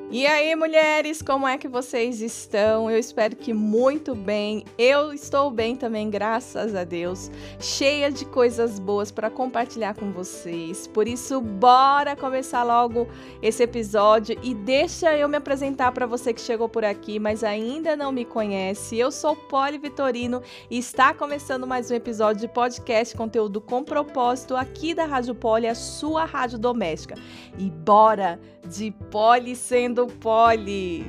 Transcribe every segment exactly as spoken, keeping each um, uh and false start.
E aí, mulheres, como é que vocês estão? Eu espero que muito bem. Eu estou bem também, graças a Deus, cheia de coisas boas para compartilhar com vocês. Por isso, bora começar logo esse episódio e deixa eu me apresentar para você que chegou por aqui, mas ainda não me conhece. Eu sou Poli Vitorino e está começando mais um episódio de podcast, conteúdo com propósito aqui da Rádio Poli, a sua rádio doméstica. E bora de Poli sendo Poli!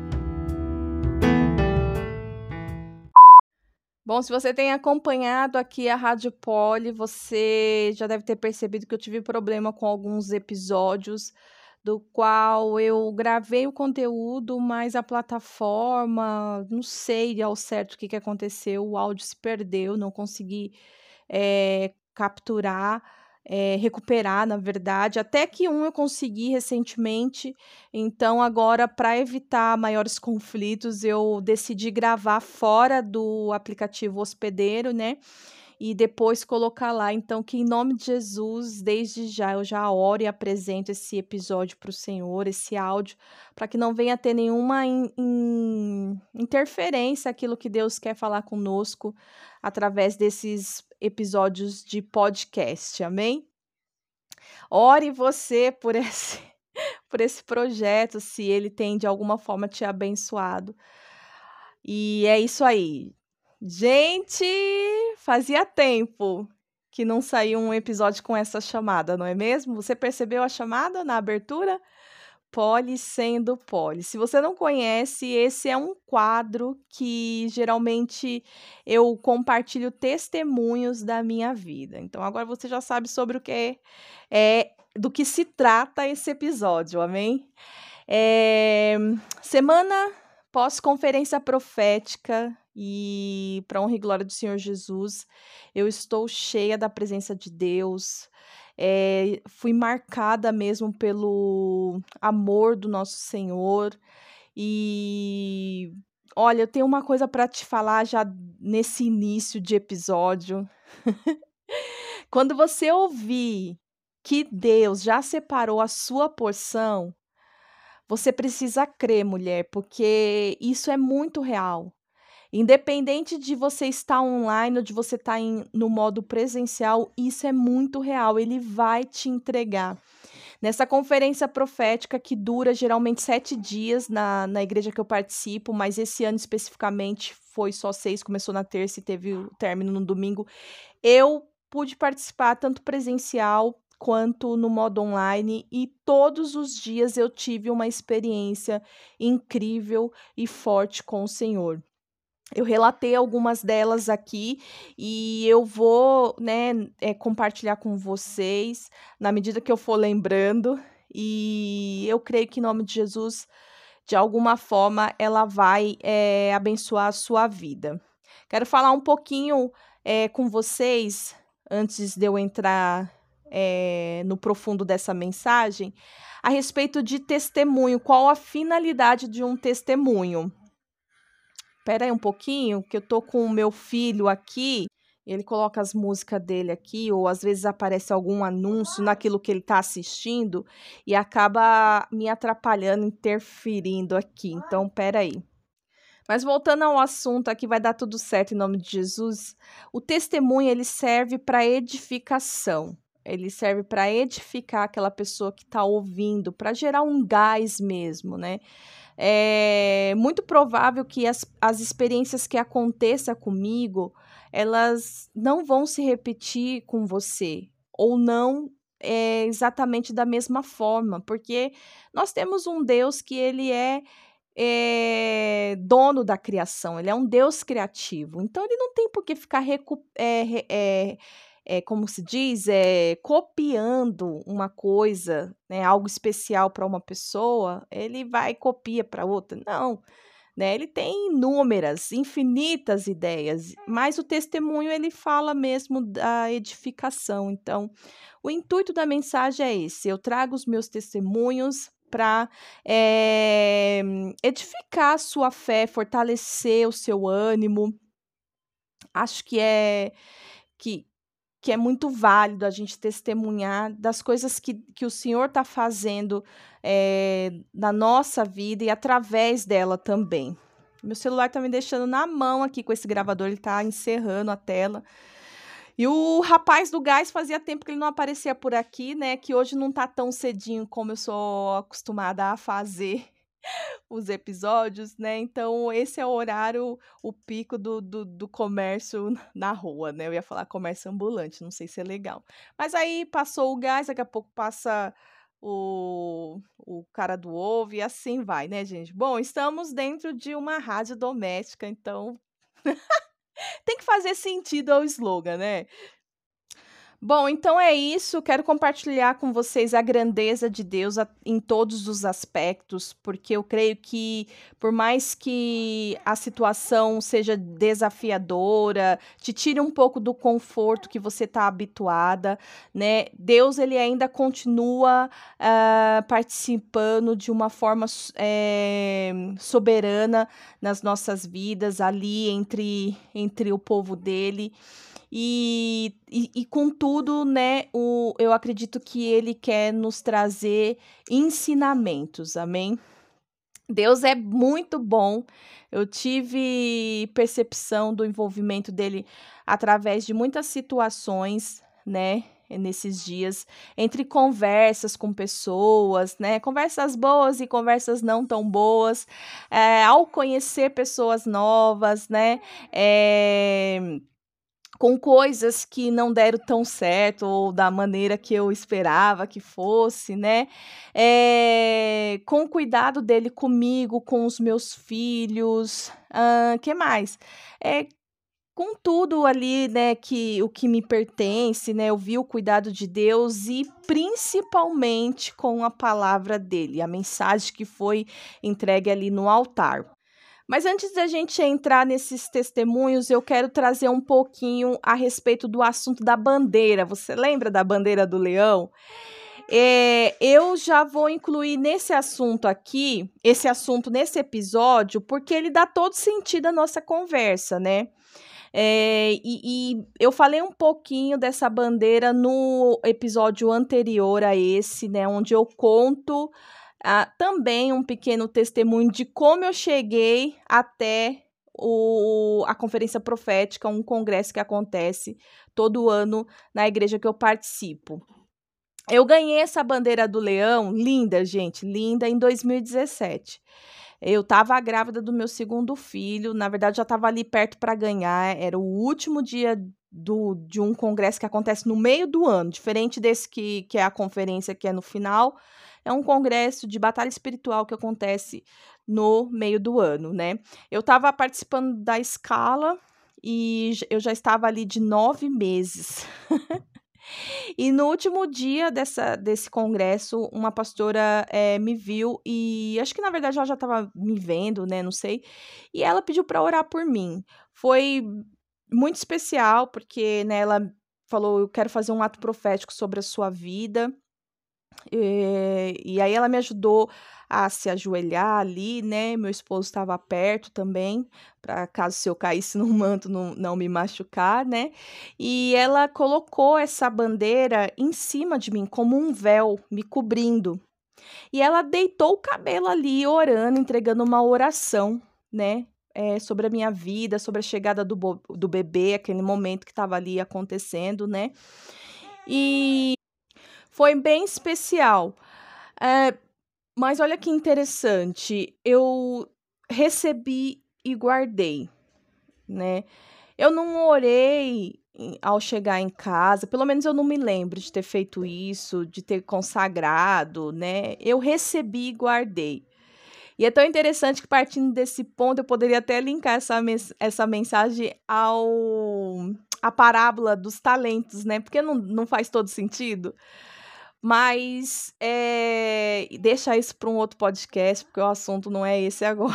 Bom, se você tem acompanhado aqui a Rádio Poli, você já deve ter percebido que eu tive problema com alguns episódios, do qual eu gravei o conteúdo, mas a plataforma, não sei ao certo o que, que aconteceu, o áudio se perdeu, não consegui é, capturar, é, recuperar, na verdade. Até que um eu consegui recentemente, então agora, para evitar maiores conflitos, eu decidi gravar fora do aplicativo hospedeiro, né? E depois colocar lá. Então, que em nome de Jesus, desde já, eu já oro e apresento esse episódio para o Senhor, esse áudio, para que não venha ter nenhuma in, in, interferência aquilo que Deus quer falar conosco através desses episódios de podcast, amém? Ore você por esse, por esse projeto, se ele tem de alguma forma te abençoado. E é isso aí. Gente, fazia tempo que não saiu um episódio com essa chamada, não é mesmo? Você percebeu a chamada na abertura? Poli sendo Poli. Se você não conhece, esse é um quadro que geralmente eu compartilho testemunhos da minha vida. Então agora você já sabe sobre o que é, é do que se trata esse episódio, amém? É, semana pós-conferência profética e para honra e glória do Senhor Jesus, eu estou cheia da presença de Deus. É, fui marcada mesmo pelo amor do nosso Senhor. E olha, eu tenho uma coisa para te falar já nesse início de episódio. Quando você ouvir que Deus já separou a sua porção, você precisa crer, mulher, porque isso é muito real. Independente de você estar online ou de você estar em, no modo presencial, isso é muito real. Ele vai te entregar. Nessa conferência profética, que dura geralmente sete dias na, na igreja que eu participo, mas esse ano especificamente foi só seis, começou na terça e teve o término no domingo, eu pude participar tanto presencial quanto no modo online, e todos os dias eu tive uma experiência incrível e forte com o Senhor. Eu relatei algumas delas aqui e eu vou, né, é, compartilhar com vocês na medida que eu for lembrando, e eu creio que em nome de Jesus, de alguma forma, ela vai é, abençoar a sua vida. Quero falar um pouquinho é, com vocês, antes de eu entrar é, no profundo dessa mensagem, a respeito de testemunho. Qual a finalidade de um testemunho? Espera aí um pouquinho, que eu tô com o meu filho aqui, ele coloca as músicas dele aqui, ou às vezes aparece algum anúncio naquilo que ele está assistindo e acaba me atrapalhando, interferindo aqui. Então, espera aí. Mas voltando ao assunto aqui, vai dar tudo certo em nome de Jesus. O testemunho, ele serve para edificação. Ele serve para edificar aquela pessoa que está ouvindo, para gerar um gás mesmo, né? É muito provável que as, as experiências que aconteçam comigo, elas não vão se repetir com você, ou não é, exatamente da mesma forma, porque nós temos um Deus que ele é é, dono da criação, ele é um Deus criativo, então ele não tem por que ficar recu é, é, é, como se diz, é, copiando uma coisa, né, algo especial para uma pessoa, ele vai e copia para outra, não, né, ele tem inúmeras, infinitas ideias, mas o testemunho ele fala mesmo da edificação. Então, o intuito da mensagem é esse, eu trago os meus testemunhos para é, edificar a sua fé, fortalecer o seu ânimo. Acho que é que, que é muito válido a gente testemunhar das coisas que, que o Senhor está fazendo é, na nossa vida e através dela também. Meu celular está me deixando na mão aqui com esse gravador, ele está encerrando a tela. E o rapaz do gás fazia tempo que ele não aparecia por aqui, né? Que hoje não tá tão cedinho como eu sou acostumada a fazer os episódios, né? Então, esse é o horário, o pico do, do, do comércio na rua, né? Eu ia falar comércio ambulante, não sei se é legal. Mas aí passou o gás, daqui a pouco passa o, o cara do ovo e assim vai, né, gente? Bom, estamos dentro de uma rádio doméstica, então tem que fazer sentido ao slogan, né? Bom, então é isso. Quero compartilhar com vocês a grandeza de Deus a- em todos os aspectos, porque eu creio que, por mais que a situação seja desafiadora, te tire um pouco do conforto que você está habituada, né? Deus ele ainda continua ah, participando de uma forma s- eh, soberana nas nossas vidas, ali entre, entre o povo dele. E, e, e contudo, né, o, eu acredito que ele quer nos trazer ensinamentos, amém? Deus é muito bom. Eu tive percepção do envolvimento dele através de muitas situações, né, nesses dias, entre conversas com pessoas, né, conversas boas e conversas não tão boas, é, ao conhecer pessoas novas, né, é, com coisas que não deram tão certo ou da maneira que eu esperava que fosse, né, eh, com o cuidado dele comigo, com os meus filhos, hã, que mais? Eh, com tudo ali, né, que o que me pertence, né, eu vi o cuidado de Deus e principalmente com a palavra dele, a mensagem que foi entregue ali no altar. Mas antes da gente entrar nesses testemunhos, eu quero trazer um pouquinho a respeito do assunto da bandeira. Você lembra da bandeira do leão? Eh, eu já vou incluir nesse assunto aqui, esse assunto nesse episódio, porque ele dá todo sentido à nossa conversa, né? Eh, e, e eu falei um pouquinho dessa bandeira no episódio anterior a esse, né? Onde eu conto ah, também um pequeno testemunho de como eu cheguei até o, a Conferência Profética, um congresso que acontece todo ano na igreja que eu participo. Eu ganhei essa bandeira do leão, linda, gente, linda, em dois mil e dezessete. Eu estava grávida do meu segundo filho, na verdade já estava ali perto para ganhar, era o último dia do, de um congresso que acontece no meio do ano, diferente desse que, que é a conferência que é no final, é um congresso de batalha espiritual que acontece no meio do ano, né? Eu estava participando da escala e j- eu já estava ali de nove meses. E no último dia dessa desse congresso, uma pastora, eh, me viu e acho que na verdade ela já estava me vendo, né, não sei, e ela pediu para orar por mim. Foi muito especial, porque, né, ela falou: "Eu quero fazer um ato profético sobre a sua vida". Eh, e aí ela me ajudou a se ajoelhar ali, né, meu esposo estava perto também, para caso se eu caísse no manto não não me machucar, né. E ela colocou essa bandeira em cima de mim como um véu, me cobrindo. E ela deitou o cabelo ali orando, entregando uma oração, né, eh, sobre a minha vida, sobre a chegada do bo do bebê, aquele momento que estava ali acontecendo, né. E foi bem especial. Eh, mas olha que interessante, eu recebi e guardei, né. Eu não orei em ao chegar em casa, pelo menos eu não me lembro de ter feito isso, de ter consagrado, né. Eu recebi e guardei. E é tão interessante que partindo desse ponto eu poderia até linkar essa mens essa mensagem ao à parábola dos talentos, né, porque não não faz todo sentido? Mas, eh, deixar isso para um outro podcast, porque o assunto não é esse agora.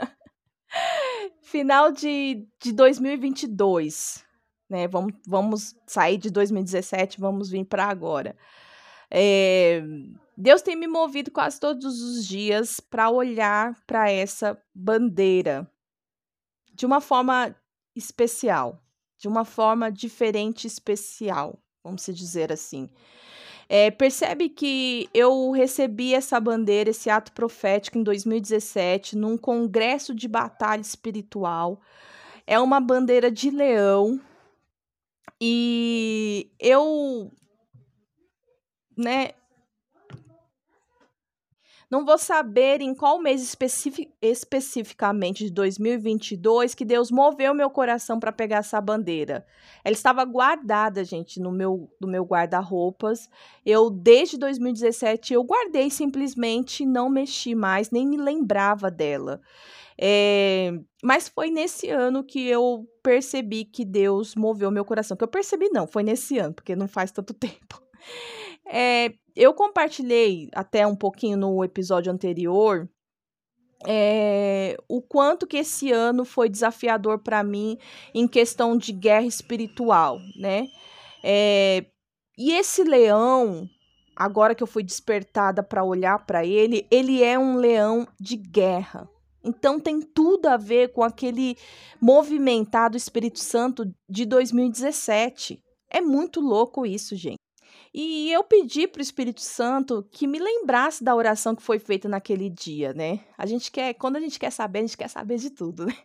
Final de de dois mil e vinte e dois, né, vamos vamos sair de dois mil e dezessete, vamos vir para agora. Eh, Deus tem me movido quase todos os dias para olhar para essa bandeira de uma forma especial, de uma forma diferente e especial. vamos se dizer assim. É, percebe que eu recebi essa bandeira, esse ato profético em dois mil e dezessete, num congresso de batalha espiritual. É uma bandeira de leão. E eu, né, não vou saber em qual mês especifi especificamente de dois mil e vinte e dois que Deus moveu meu coração para pegar essa bandeira. Ela estava guardada, gente, no meu, no meu guarda-roupas. Eu, desde dois mil e dezessete, eu guardei simplesmente, não mexi mais, nem me lembrava dela. É, mas foi nesse ano que eu percebi que Deus moveu meu coração. Que eu percebi, não, foi nesse ano, porque não faz tanto tempo. É, eu compartilhei até um pouquinho no episódio anterior é, o quanto que esse ano foi desafiador para mim em questão de guerra espiritual, né? É, e esse leão, agora que eu fui despertada para olhar para ele, ele é um leão de guerra. Então tem tudo a ver com aquele movimentado Espírito Santo de dois mil e dezessete. É muito louco isso, gente. E eu pedi para o Espírito Santo que me lembrasse da oração que foi feita naquele dia, né? A gente quer, quando a gente quer saber, a gente quer saber de tudo, né?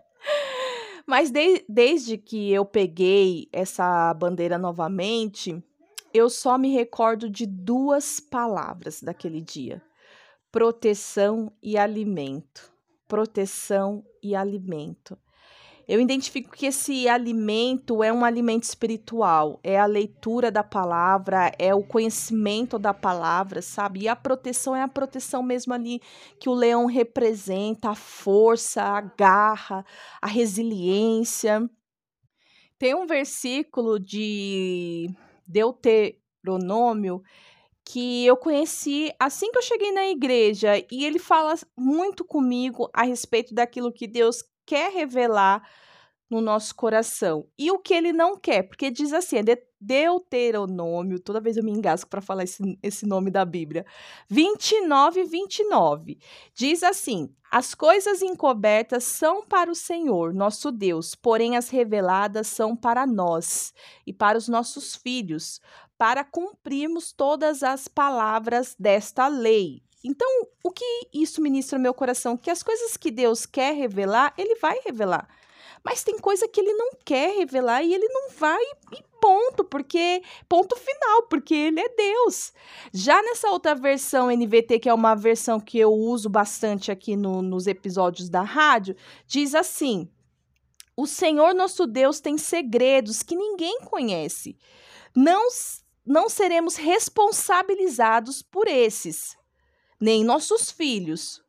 Mas de, desde que eu peguei essa bandeira novamente, eu só me recordo de duas palavras daquele dia: proteção e alimento. Proteção e alimento. Eu identifico que esse alimento é um alimento espiritual, é a leitura da palavra, é o conhecimento da palavra, sabe? E a proteção é a proteção mesmo ali que o leão representa, a força, a garra, a resiliência. Tem um versículo de Deuteronômio que eu conheci assim que eu cheguei na igreja, e ele fala muito comigo a respeito daquilo que Deus quer revelar no nosso coração. E o que ele não quer, porque diz assim, é Deuteronômio, toda vez eu me engasgo para falar esse, esse nome da Bíblia, vinte e nove, vinte e nove, diz assim: as coisas encobertas são para o Senhor, nosso Deus, porém as reveladas são para nós e para os nossos filhos, para cumprirmos todas as palavras desta lei. Então, o que isso ministra no meu coração? Que as coisas que Deus quer revelar, ele vai revelar. Mas tem coisa que ele não quer revelar e ele não vai, e ponto, porque ponto final, porque ele é Deus. Já nessa outra versão N V T, que é uma versão que eu uso bastante aqui no, nos episódios da rádio, diz assim: o Senhor nosso Deus tem segredos que ninguém conhece. Não, não seremos responsabilizados por esses, nem nossos filhos.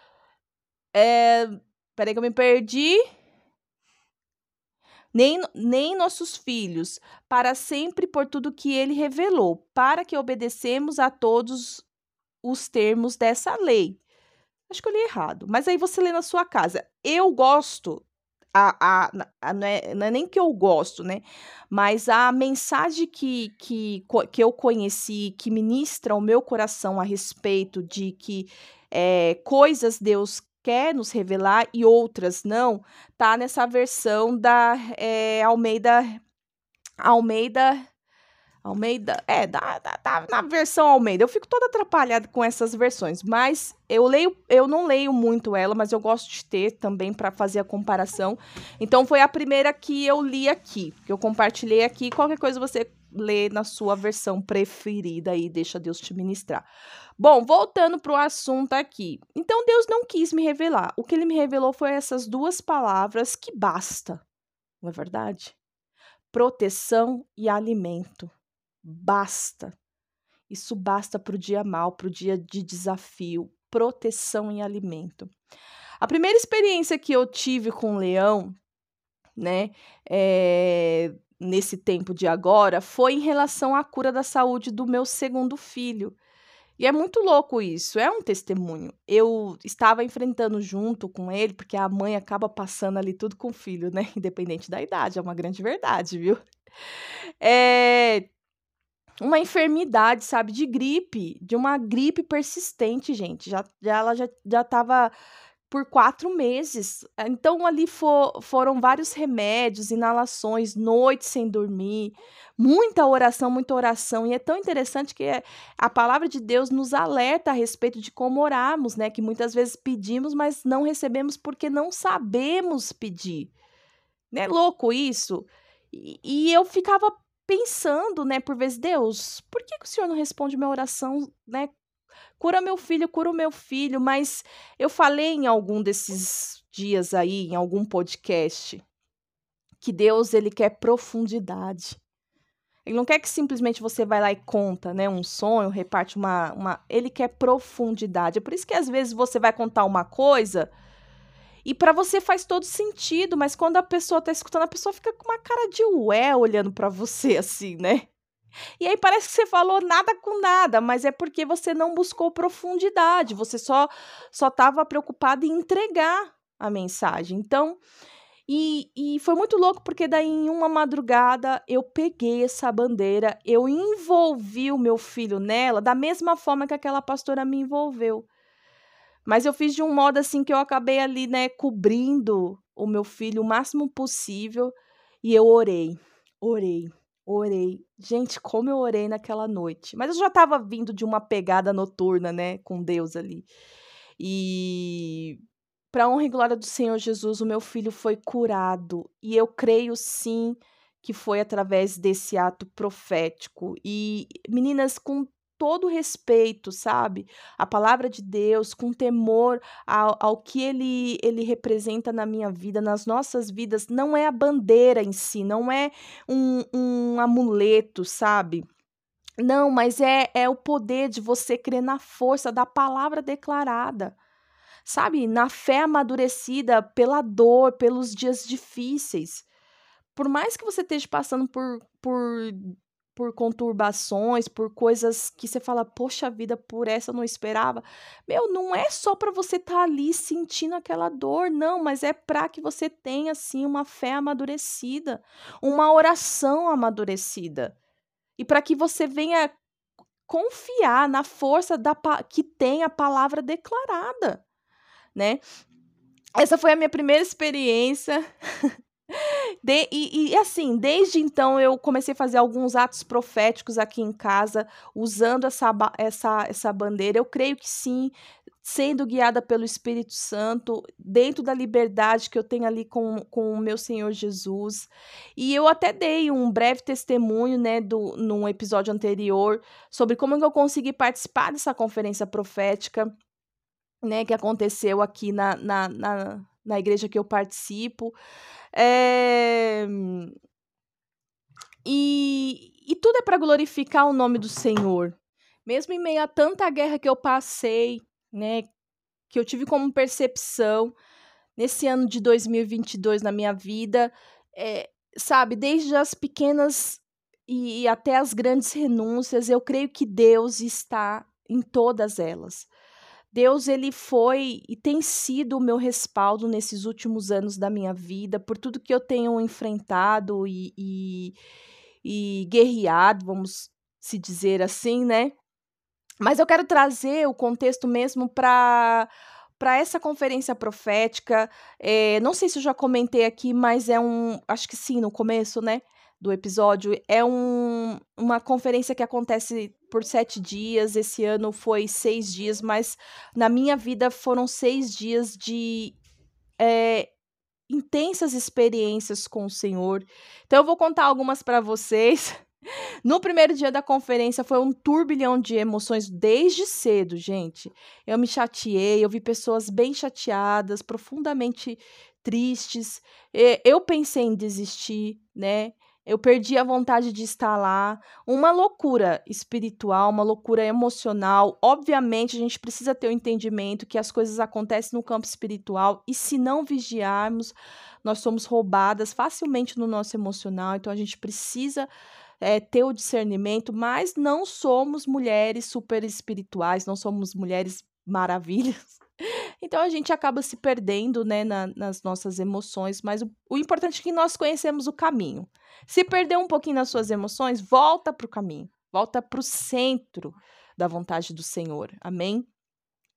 É, peraí que eu me perdi. Nem, nem nossos filhos, para sempre por tudo que ele revelou, para que obedecemos a todos os termos dessa lei. Acho que eu li errado, mas aí você lê na sua casa. Eu gosto, a, a, a, não, é, não é nem que eu gosto, né? Mas a mensagem que, que, que eu conheci, que ministra o meu coração a respeito de que é, coisas Deus quer nos revelar e outras não, tá nessa versão da é, Almeida, Almeida, Almeida, é, da, da, da, na versão Almeida. Eu fico toda atrapalhada com essas versões, mas eu leio, eu não leio muito ela, mas eu gosto de ter também para fazer a comparação. Então foi a primeira que eu li aqui, que eu compartilhei aqui. Qualquer coisa você lê na sua versão preferida e deixa Deus te ministrar. Bom, voltando para o assunto aqui. Então, Deus não quis me revelar. O que ele me revelou foi essas duas palavras que basta, não é verdade? Proteção e alimento. Basta. Isso basta para o dia mau, para o dia de desafio. Proteção e alimento. A primeira experiência que eu tive com o leão, né, é, nesse tempo de agora, foi em relação à cura da saúde do meu segundo filho. E é muito louco isso, é um testemunho. Eu estava enfrentando junto com ele, porque a mãe acaba passando ali tudo com o filho, né? Independente da idade, é uma grande verdade, viu? É uma enfermidade, sabe, de gripe, de uma gripe persistente, gente. Já, já ela já, já estava por quatro meses. Então ali fo foram vários remédios, inalações, noites sem dormir, muita oração, muita oração. E é tão interessante que é a palavra de Deus nos alerta a respeito de como orarmos, né, que muitas vezes pedimos, mas não recebemos porque não sabemos pedir. Não é louco isso? E e eu ficava pensando, né, por vezes: "Deus, por que que o Senhor não responde minha oração, né? Cura meu filho, cura o meu filho", mas eu falei em algum desses dias aí, em algum podcast, que Deus ele quer profundidade. Ele não quer que simplesmente você vai lá e conta, né, um sonho, reparte uma uma ele quer profundidade. É por isso que às vezes você vai contar uma coisa e para você faz todo sentido, mas quando a pessoa tá escutando, a pessoa fica com uma cara de ué olhando para você assim, né. E aí parece que você falou nada com nada, mas é porque você não buscou profundidade, você só só estava preocupada em entregar a mensagem. Então, e e foi muito louco, porque daí em uma madrugada eu peguei essa bandeira, eu envolvi o meu filho nela da mesma forma que aquela pastora me envolveu. Mas eu fiz de um modo, assim, que eu acabei ali, né, cobrindo o meu filho o máximo possível, e eu orei, orei, orei. Gente, como eu orei naquela noite. Mas eu já estava vindo de uma pegada noturna, né, com Deus ali. E para honra e glória do Senhor Jesus, o meu filho foi curado, e eu creio sim que foi através desse ato profético. E, meninas, com todo respeito, sabe, a palavra de Deus, com temor ao ao que ele ele representa na minha vida, nas nossas vidas, não é a bandeira em si, não é um um amuleto, sabe. Não, mas é é o poder de você crer na força da palavra declarada. Sabe, na fé amadurecida pela dor, pelos dias difíceis. Por mais que você esteja passando por por por conturbações, por coisas que você fala: "Poxa vida, por essa eu não esperava". Meu, não é só para você estar ali sentindo aquela dor, não, mas é para que você tenha, assim, uma fé amadurecida, uma oração amadurecida. E para que você venha confiar na força da pa que tem a palavra declarada, né. Essa foi a minha primeira experiência. De e e assim, desde então eu comecei a fazer alguns atos proféticos aqui em casa, usando essa ba essa essa bandeira. Eu creio que sim, sendo guiada pelo Espírito Santo, dentro da liberdade que eu tenho ali com com o meu Senhor Jesus. E eu até dei um breve testemunho, né, do num episódio anterior, sobre como que eu consegui participar dessa conferência profética, né, que aconteceu aqui na na na na igreja que eu participo. Eh, e e tudo é para glorificar o nome do Senhor. Mesmo em meio a tanta guerra que eu passei, né, que eu tive como percepção nesse ano de dois mil e vinte e dois na minha vida, eh, sabe, desde as pequenas e e até as grandes renúncias, eu creio que Deus está em todas elas. Deus ele foi e tem sido o meu respaldo nesses últimos anos da minha vida, por tudo que eu tenho enfrentado e e e guerreado, vamos se dizer assim, né. Mas eu quero trazer o contexto mesmo para para essa conferência profética. Eh, não sei se eu já comentei aqui, mas é um acho que sim, no começo, né, do episódio. É um uma conferência que acontece por sete dias, esse ano foi seis dias, mas na minha vida foram seis dias de, eh, intensas experiências com o Senhor. Então eu vou contar algumas para vocês. No primeiro dia da conferência foi um turbilhão de emoções desde cedo, gente. Eu me chateei, eu vi pessoas bem chateadas, profundamente tristes. Eh, eu pensei em desistir, né. Eu perdi a vontade de estar lá. Uma loucura espiritual, uma loucura emocional. Obviamente, a gente precisa ter o entendimento que as coisas acontecem no campo espiritual e se não vigiarmos, nós somos roubadas facilmente no nosso emocional, então a gente precisa eh, ter o discernimento, mas não somos mulheres super espirituais, não somos mulheres maravilhas. Então a gente acaba se perdendo, né, na nas nossas emoções, mas o o importante é que nós conhecemos o caminho. Se perdeu um pouquinho nas suas emoções, volta para o caminho, volta para o centro da vontade do Senhor, amém?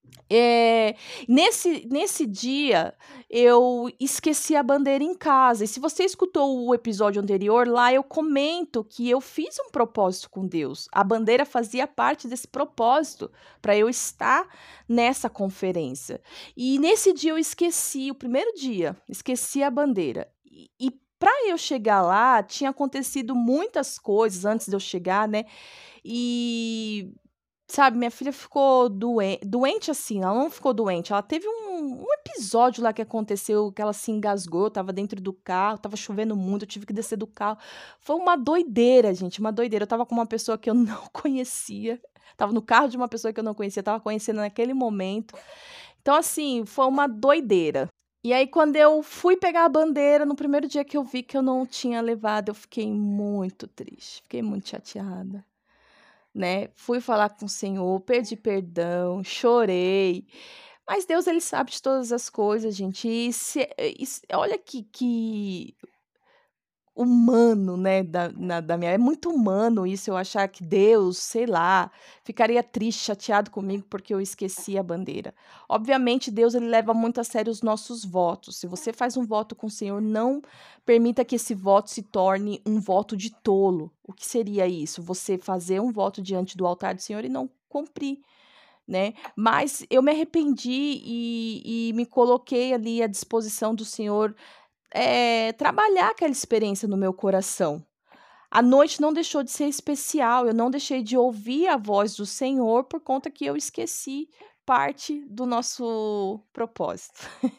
Eh, nesse nesse dia, eu esqueci a bandeira em casa. E se você escutou o episódio anterior, lá eu comento que eu fiz um propósito com Deus. A bandeira fazia parte desse propósito para eu estar nessa conferência. E nesse dia eu esqueci, o primeiro dia, esqueci a bandeira. E, e para eu chegar lá, tinha acontecido muitas coisas antes de eu chegar, né? E sabe, minha filha ficou doen doente, assim, ela não ficou doente, ela teve um um episódio lá que aconteceu, que ela se engasgou, eu estava dentro do carro, estava chovendo muito, eu tive que descer do carro. Foi uma doideira, gente, uma doideira. Eu estava com uma pessoa que eu não conhecia, estava no carro de uma pessoa que eu não conhecia, estava conhecendo naquele momento. Então, assim, foi uma doideira. E aí, quando eu fui pegar a bandeira, no primeiro dia que eu vi que eu não tinha levado, eu fiquei muito triste, fiquei muito chateada. Né, fui falar com o Senhor, pedi perdão, chorei, mas Deus ele sabe de todas as coisas, gente, e se e se olha que que humano, né, da na da minha é muito humano isso, eu achar que Deus, sei lá, ficaria triste, chateado comigo porque eu esqueci a bandeira. Obviamente Deus ele leva muito a sério os nossos votos, se você faz um voto com o Senhor, não permita que esse voto se torne um voto de tolo. O que seria isso? Você fazer um voto diante do altar do Senhor e não cumprir, né. Mas eu me arrependi e e me coloquei ali à disposição do Senhor, eh, trabalhar aquela experiência no meu coração. A noite não deixou de ser especial, eu não deixei de ouvir a voz do Senhor por conta que eu esqueci parte do nosso propósito.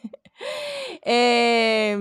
Eh,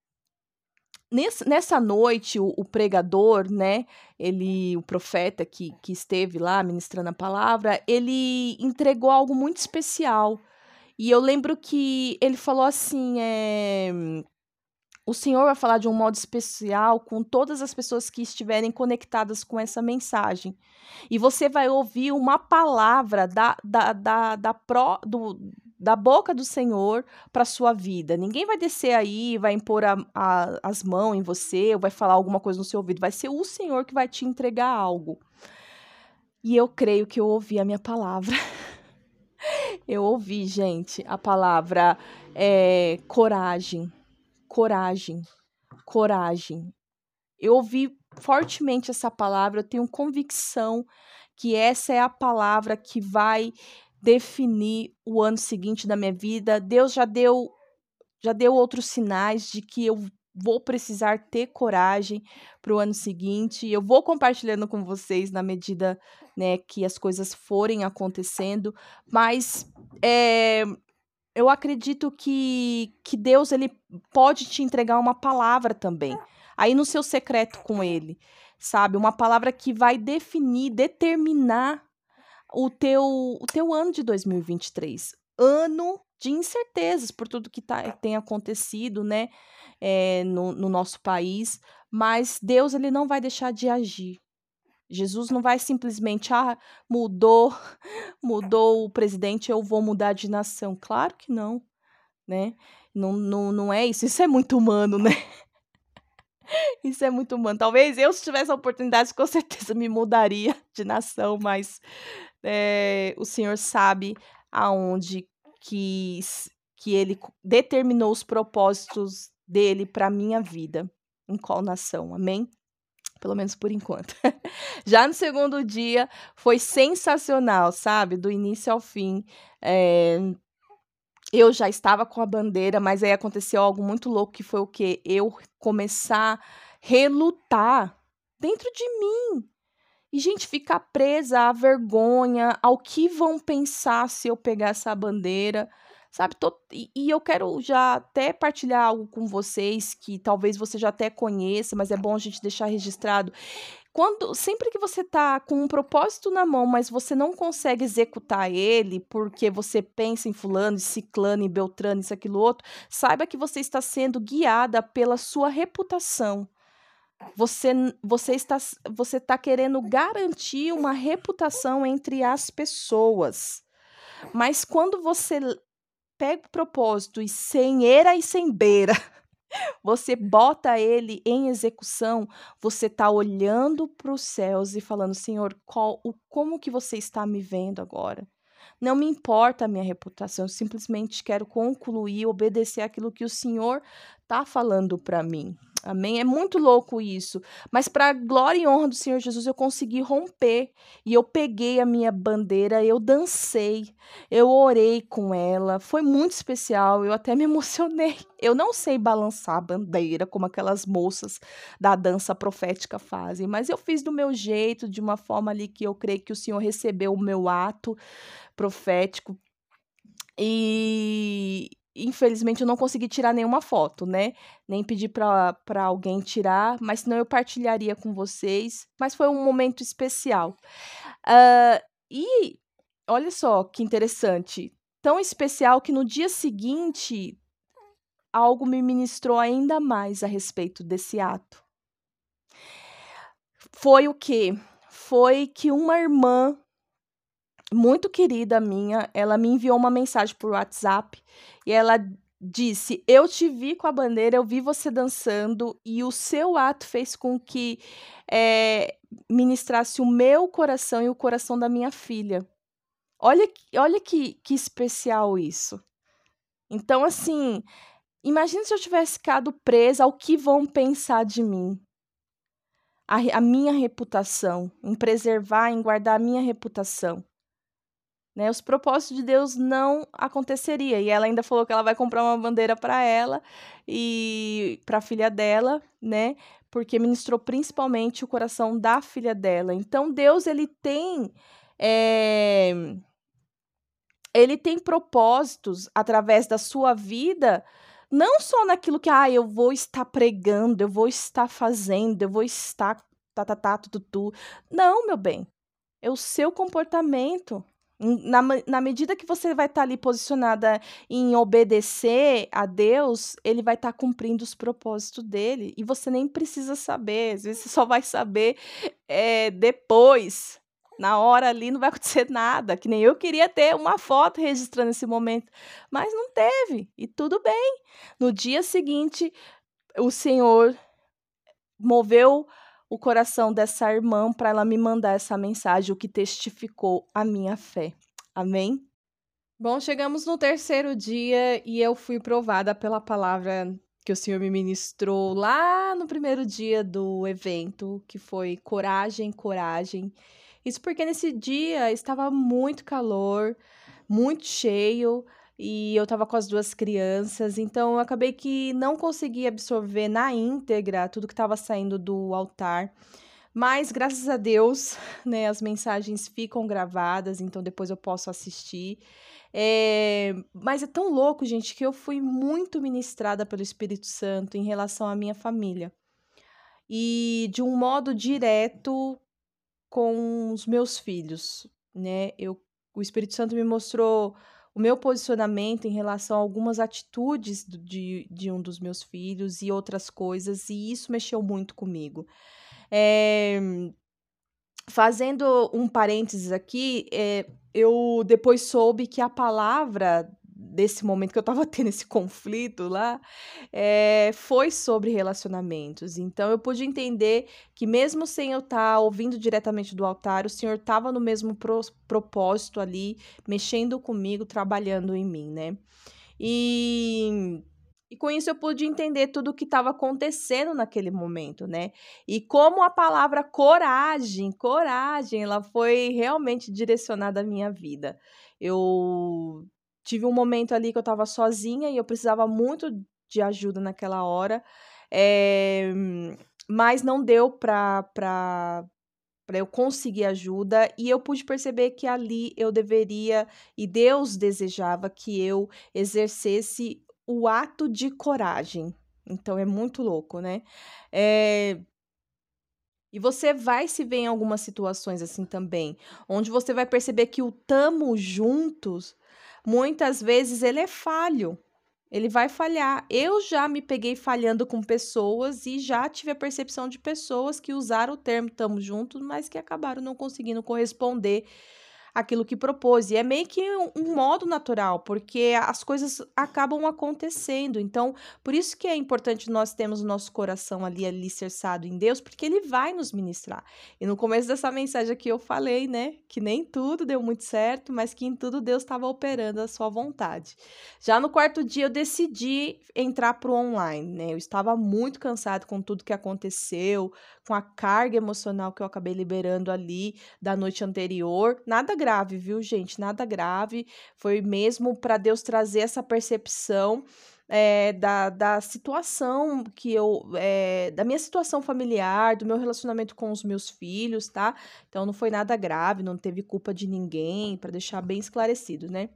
nesse nessa noite, o o pregador, né, ele o profeta que que esteve lá ministrando a palavra, ele entregou algo muito especial. E eu lembro que ele falou assim, eh o Senhor vai falar de um modo especial com todas as pessoas que estiverem conectadas com essa mensagem. E você vai ouvir uma palavra da da da da pró do da boca do Senhor para sua vida. Ninguém vai descer aí, vai impor a a as mãos em você ou vai falar alguma coisa no seu ouvido, vai ser o Senhor que vai te entregar algo. E eu creio que eu ouvi a minha palavra. Eu ouvi, gente, a palavra, eh, coragem, coragem. Coragem. Eu ouvi fortemente essa palavra, eu tenho convicção que essa é a palavra que vai definir o ano seguinte da minha vida. Deus já deu já deu outros sinais de que eu vou precisar ter coragem para o ano seguinte, e eu vou compartilhando com vocês na medida, né, que as coisas forem acontecendo, mas, eh eu acredito que que Deus ele pode te entregar uma palavra também, aí no seu secreto com ele, sabe, uma palavra que vai definir, determinar o teu o teu ano de dois mil e vinte e três, ano de incertezas por tudo que tá tem acontecido, né, eh, no no nosso país, mas Deus ele não vai deixar de agir. Jesus não vai simplesmente: "Ah, mudou mudou o presidente, eu vou mudar de nação". Claro que não, né. Não não não é isso, isso é muito humano, né. Isso é muito humano. Talvez eu se tivesse a oportunidade, com certeza me mudaria de nação, mas, eh, o Senhor sabe aonde que s que ele co determinou os propósitos dele para minha vida, em qual nação, amém? Pelo menos por enquanto. Já no segundo dia, foi sensacional, sabe, do início ao fim. Eh, eu já estava com a bandeira, mas aí aconteceu algo muito louco que foi o quê? Eu começar relutar dentro de mim. E, gente, ficar presa à vergonha, ao que vão pensar se eu pegar essa bandeira, sabe, to e e eu quero já até partilhar algo com vocês que talvez você já até conheça, mas é bom a gente deixar registrado. Quando sempre que você tá com um propósito na mão, mas você não consegue executar ele, porque você pensa em fulano, em ciclano, em beltrano, isso, aquilo, outro, saiba que você está sendo guiada pela sua reputação. Você n você está s você está querendo garantir uma reputação entre as pessoas. Mas quando você l pega o propósito e sem eira e sem beira, você bota ele em execução, você está olhando para os céus e falando: "Senhor, qual o como que você está me vendo agora? Não me importa a minha reputação, eu simplesmente quero concluir, obedecer aquilo que o Senhor está falando para mim. Amém? É muito louco isso. Mas para a glória e honra do Senhor Jesus, eu consegui romper. E eu peguei a minha bandeira, eu dancei, eu orei com ela. Foi muito especial, eu até me emocionei. Eu não sei balançar a bandeira como aquelas moças da dança profética fazem, mas eu fiz do meu jeito, de uma forma ali que eu creio que o Senhor recebeu o meu ato profético. E infelizmente eu não consegui tirar nenhuma foto, né? Nem pedi para para alguém tirar, mas senão eu partilharia com vocês. Mas foi um momento especial. Ah, e olha só que interessante, tão especial que no dia seguinte algo me ministrou ainda mais a respeito desse ato. Foi o quê? Foi que uma irmã muito querida minha, ela me enviou uma mensagem por WhatsApp e ela disse: "Eu te vi com a bandeira, eu vi você dançando e o seu ato fez com que, eh, ministrasse o meu coração e o coração da minha filha". Olha que olha que que especial isso. Então, assim, imagina se eu tivesse ficado presa ao que vão pensar de mim. A re a minha reputação, em preservar, em guardar a minha reputação. Né, os propósitos de Deus não aconteceria, e ela ainda falou que ela vai comprar uma bandeira para ela e para a filha dela, né, porque ministrou principalmente o coração da filha dela. Então Deus ele tem, eh, ele tem propósitos através da sua vida, não só naquilo que: "Ah, eu vou estar pregando, eu vou estar fazendo, eu vou estar tá-tá-tá, tu-tu-tu". Não, meu bem, é o seu comportamento. Em na me na medida que você vai estar ali posicionada em obedecer a Deus, ele vai estar cumprindo os propósitos dele, e você nem precisa saber, às vezes você só vai saber, eh, depois, na hora ali não vai acontecer nada, que nem eu queria ter uma foto registrando esse momento, mas não teve, e tudo bem. No dia seguinte, o Senhor moveu o coração dessa irmã para ela me mandar essa mensagem, o que testificou a minha fé. Amém? Bom, chegamos no terceiro dia e eu fui provada pela palavra que o Senhor me ministrou lá no primeiro dia do evento, que foi coragem, coragem. Isso porque nesse dia estava muito calor, muito cheio, e eu estava com as duas crianças, então eu acabei que não consegui absorver na íntegra tudo que estava saindo do altar. Mas graças a Deus, né, as mensagens ficam gravadas, então depois eu posso assistir. Eh, mas é tão louco, gente, que eu fui muito ministrada pelo Espírito Santo em relação à minha família. E de um modo direto com os meus filhos, né? Eu, o Espírito Santo me mostrou o meu posicionamento em relação a algumas atitudes do- de, de um dos meus filhos e outras coisas, e isso mexeu muito comigo. Eh, Fazendo um parênteses aqui, eh, eu depois soube que a palavra desse momento que eu estava tendo esse conflito lá, eh, foi sobre relacionamentos. Então eu pude entender que mesmo sem eu estar ouvindo diretamente do altar, o Senhor estava no mesmo pros propósito ali, mexendo comigo, trabalhando em mim, né. E e com isso eu pude entender tudo o que estava acontecendo naquele momento, né. E como a palavra coragem, coragem, ela foi realmente direcionada à minha vida. Eu tive um momento ali que eu estava sozinha e eu precisava muito de ajuda naquela hora, eh, mas não deu para para para eu conseguir ajuda, e eu pude perceber que ali eu deveria e Deus desejava que eu exercesse o ato de coragem. Então é muito louco, né. Eh, e você vai se ver em algumas situações assim também, onde você vai perceber que o "tamo juntos", muitas vezes ele é falho. Ele vai falhar. Eu já me peguei falhando com pessoas e já tive a percepção de pessoas que usaram o termo "tamo junto", mas que acabaram não conseguindo corresponder aquilo que propôs. E é meio que um, um modo natural, porque as coisas acabam acontecendo. Então, por isso que é importante nós termos o nosso coração ali alicerçado em Deus, porque Ele vai nos ministrar. E no começo dessa mensagem aqui eu falei, né, que nem tudo deu muito certo, mas que em tudo Deus estava operando a sua vontade. Já no quarto dia eu decidi entrar para o online, né? Eu estava muito cansado com tudo que aconteceu, com a carga emocional que eu acabei liberando ali da noite anterior. Nada grave, viu, gente? Nada grave. Foi mesmo para Deus trazer essa percepção é, da, da situação que eu, é, da minha situação familiar, do meu relacionamento com os meus filhos, tá? Então não foi nada grave, não teve culpa de ninguém, para deixar bem esclarecido, né?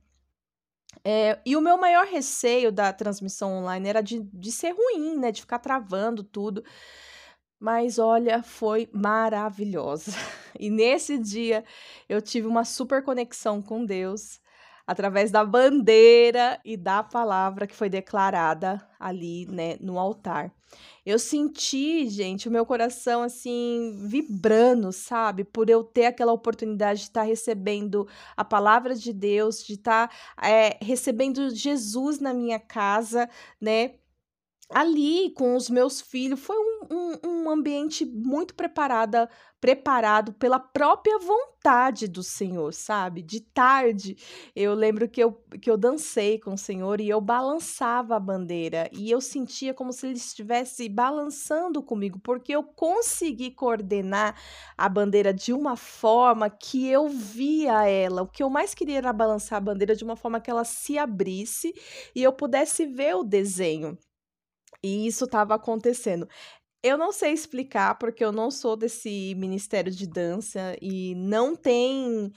É, e o meu maior receio da transmissão online era de, de ser ruim, né? De ficar travando tudo. Mas olha, foi maravilhosa. E nesse dia eu tive uma super conexão com Deus através da bandeira e da palavra que foi declarada ali, né, no altar. Eu senti, gente, o meu coração assim vibrando, sabe? Por eu ter aquela oportunidade de estar recebendo a palavra de Deus, de estar é, recebendo Jesus na minha casa, né? Ali com os meus filhos, foi um um um ambiente muito preparada preparado pela própria vontade do Senhor, sabe. De tarde, eu lembro que eu que eu dancei com o Senhor e eu balançava a bandeira, e eu sentia como se Ele estivesse balançando comigo, porque eu consegui coordenar a bandeira de uma forma que eu via ela. O que eu mais queria era balançar a bandeira de uma forma que ela se abrisse e eu pudesse ver o desenho. E isso estava acontecendo. Eu não sei explicar, porque eu não sou desse ministério de dança e não tem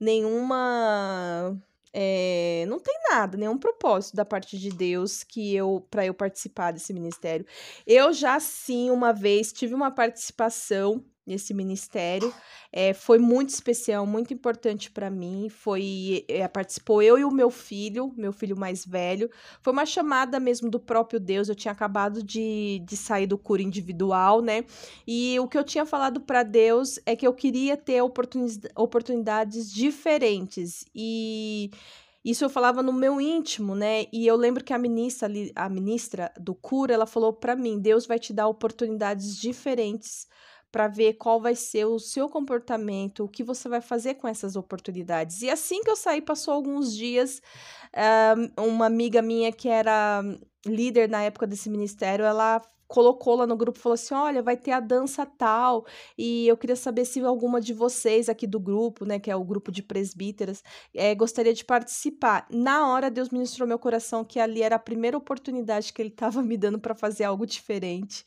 nenhuma, eh, não tem nada, nenhum propósito da parte de Deus que eu para eu participar desse ministério. Eu já sim, uma vez tive uma participação nesse ministério, eh, foi muito especial, muito importante para mim, foi, eh, participou eu e o meu filho, meu filho mais velho, foi uma chamada mesmo do próprio Deus. Eu tinha acabado de, de sair do cura individual, né? E o que eu tinha falado para Deus é que eu queria ter oportuni- oportunidades diferentes. E isso eu falava no meu íntimo, né? E eu lembro que a ministra, ali- a ministra do cura, ela falou para mim: Deus vai te dar oportunidades diferentes para ver qual vai ser o seu comportamento, o que você vai fazer com essas oportunidades. E assim que eu saí, passou alguns dias, ah, uma amiga minha que era líder na época desse ministério, ela colocou lá no grupo, falou assim: olha, vai ter a dança tal, e eu queria saber se alguma de vocês aqui do grupo, né, que é o grupo de presbíteras, eh, gostaria de participar. Na hora, Deus ministrou meu coração que ali era a primeira oportunidade que Ele estava me dando para fazer algo diferente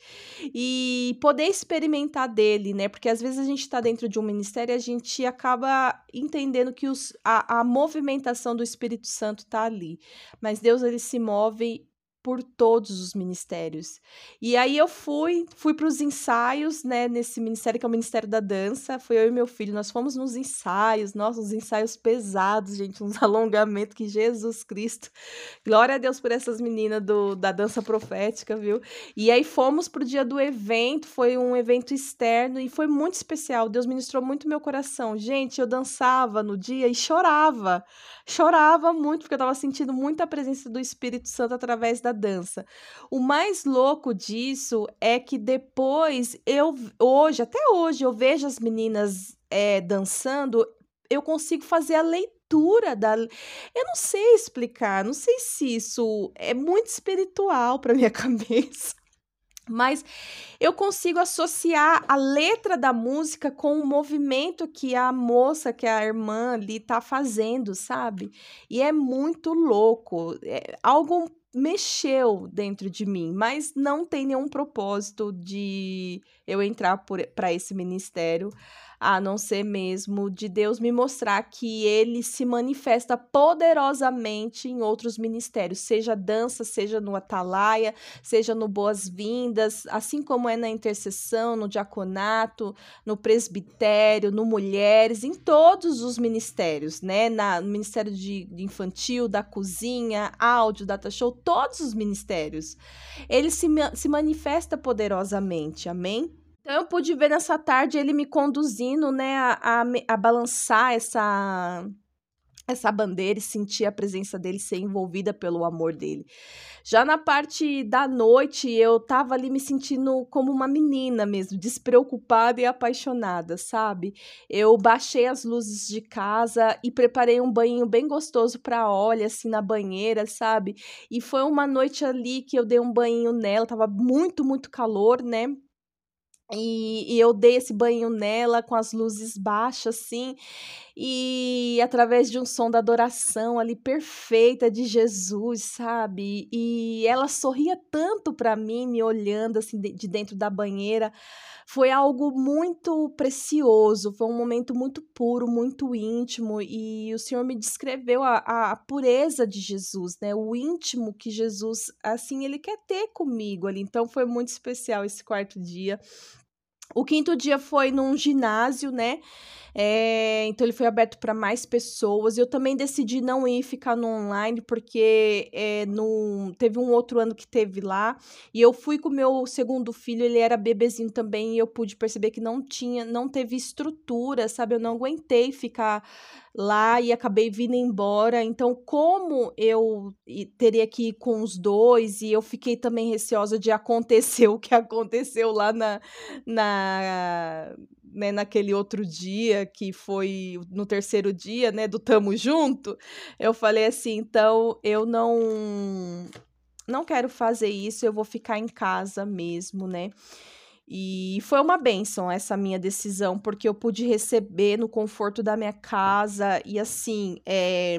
e poder experimentar dele, né? Porque às vezes a gente está dentro de um ministério e a gente acaba entendendo que os, a, a movimentação do Espírito Santo está ali. Mas Deus, ele se move por todos os ministérios. E aí eu fui, fui para os ensaios, né, nesse ministério que é o Ministério da Dança, foi eu e meu filho, nós fomos nos ensaios, nossa, uns ensaios pesados, gente, uns alongamentos que Jesus Cristo, glória a Deus por essas meninas do, da dança profética, viu? E aí fomos pro dia do evento, foi um evento externo e foi muito especial. Deus ministrou muito meu coração. Gente, eu dançava no dia e chorava. Chorava muito porque eu estava sentindo muita presença do Espírito Santo através da dança. O mais louco disso é que depois eu hoje, até hoje, eu vejo as meninas é, dançando, eu consigo fazer a leitura da. Eu não sei explicar, não sei se isso é muito espiritual para minha cabeça. Mas eu consigo associar a letra da música com o movimento que a moça, que a irmã ali tá fazendo, sabe? E é muito louco. É, algo mexeu dentro de mim, mas não tem nenhum propósito de eu entrar para esse ministério, a não ser mesmo de Deus me mostrar que ele se manifesta poderosamente em outros ministérios, seja dança, seja no atalaia, seja no boas-vindas, assim como é na intercessão, no diaconato, no presbitério, no mulheres, em todos os ministérios, né? Na, no ministério de, de infantil, da cozinha, áudio, data show, todos os ministérios. Ele se, se manifesta poderosamente, amém? Então eu pude ver nessa tarde ele me conduzindo, né, a a me a balançar essa essa bandeira e sentir a presença dele, ser envolvida pelo amor dele. Já na parte da noite, eu estava ali me sentindo como uma menina mesmo, despreocupada e apaixonada, sabe. Eu baixei as luzes de casa e preparei um banho bem gostoso pra Olha, assim, na banheira, sabe. E foi uma noite ali que eu dei um banho nela, estava muito, muito calor, né, e e eu dei esse banho nela com as luzes baixas, assim, e através de um som da adoração ali perfeita de Jesus, sabe. E ela sorria tanto pra mim, me olhando, assim, de de dentro da banheira. Foi algo muito precioso, foi um momento muito puro, muito íntimo, e o Senhor me descreveu a a a pureza de Jesus, né, o íntimo que Jesus, assim, ele quer ter comigo ali. Então foi muito especial esse quarto dia. O quinto dia foi num ginásio, né, eh, então ele foi aberto para mais pessoas. Eu também decidi não ir ficar no online, porque, eh, num teve um outro ano que teve lá, e eu fui com o meu segundo filho, ele era bebezinho também, e eu pude perceber que não tinha não teve estrutura, sabe, eu não aguentei ficar lá e acabei vindo embora. Então, como eu i teria que ir com os dois, e eu fiquei também receosa de acontecer o que aconteceu lá na na né, naquele outro dia, que foi no terceiro dia, né, do "tamo junto", eu falei assim: "Então eu não não quero fazer isso, eu vou ficar em casa mesmo", né. E foi uma bênção essa minha decisão, porque eu pude receber no conforto da minha casa e, assim, eh,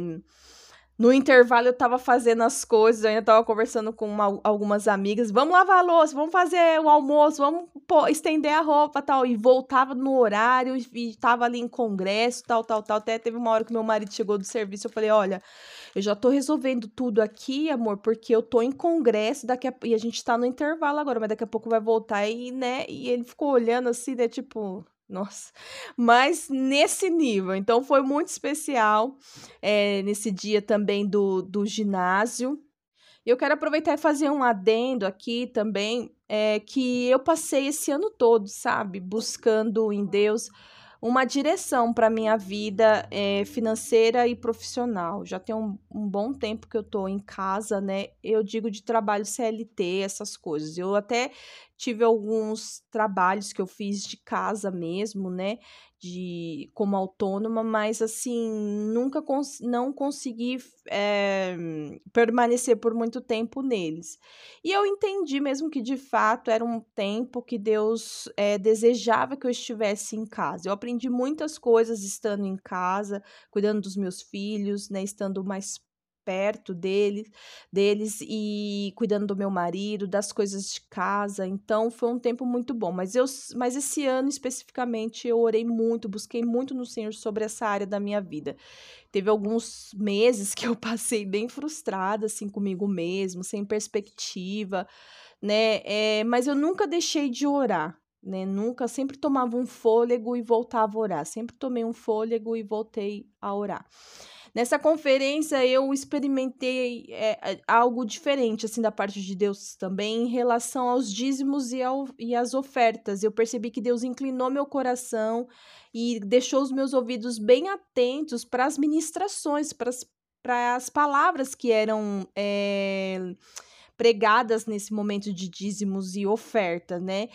no intervalo eu estava fazendo as coisas, eu ainda estava conversando com uma algumas amigas: "Vamos lavar a louça, vamos fazer o almoço, vamos pôr estender a roupa, tal", e voltava no horário e estava ali em congresso, tal, tal, tal. Até teve uma hora que meu marido chegou do serviço, eu falei: "Olha, eu já tô resolvendo tudo aqui, amor, porque eu tô em congresso, daqui a e a gente tá no intervalo agora, mas daqui a pouco vai voltar", e, né, e ele ficou olhando assim, né, tipo, nossa, mas nesse nível. Então foi muito especial, eh, nesse dia também do do ginásio. E eu quero aproveitar e fazer um adendo aqui também, eh, que eu passei esse ano todo, sabe, buscando em Deus uma direção para minha vida, eh, financeira e profissional. Já tem um um bom tempo que eu tô em casa, né, eu digo de trabalho C L T, essas coisas. Eu até tive alguns trabalhos que eu fiz de casa mesmo, né, de como autônoma, mas assim, nunca cons não consegui f eh, permanecer por muito tempo neles. E eu entendi mesmo que de fato era um tempo que Deus, eh, desejava que eu estivesse em casa. Eu aprendi muitas coisas estando em casa, cuidando dos meus filhos, né, estando mais perto dele deles e cuidando do meu marido, das coisas de casa. Então foi um tempo muito bom, mas eu s mas esse ano especificamente eu orei muito, busquei muito no Senhor sobre essa área da minha vida. Teve alguns meses que eu passei bem frustrada, assim, comigo mesmo, sem perspectiva, né, eh, mas eu nunca deixei de orar, né, nunca, sempre tomava um fôlego e voltava a orar, sempre tomei um fôlego e voltei a orar. Nessa conferência eu experimentei, eh, a algo diferente, assim, da parte de Deus também, em relação aos dízimos e ao e às ofertas. Eu percebi que Deus inclinou meu coração e deixou os meus ouvidos bem atentos para as ministrações, para as para as palavras que eram, eh, pregadas nesse momento de dízimos e oferta, né.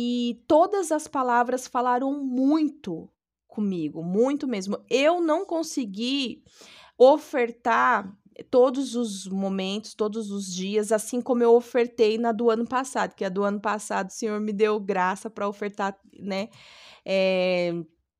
E todas as palavras falaram muito comigo, muito mesmo. Eu não consegui ofertar todos os momentos, todos os dias, assim como eu ofertei na do ano passado, que a do ano passado o Senhor me deu graça para ofertar, né, eh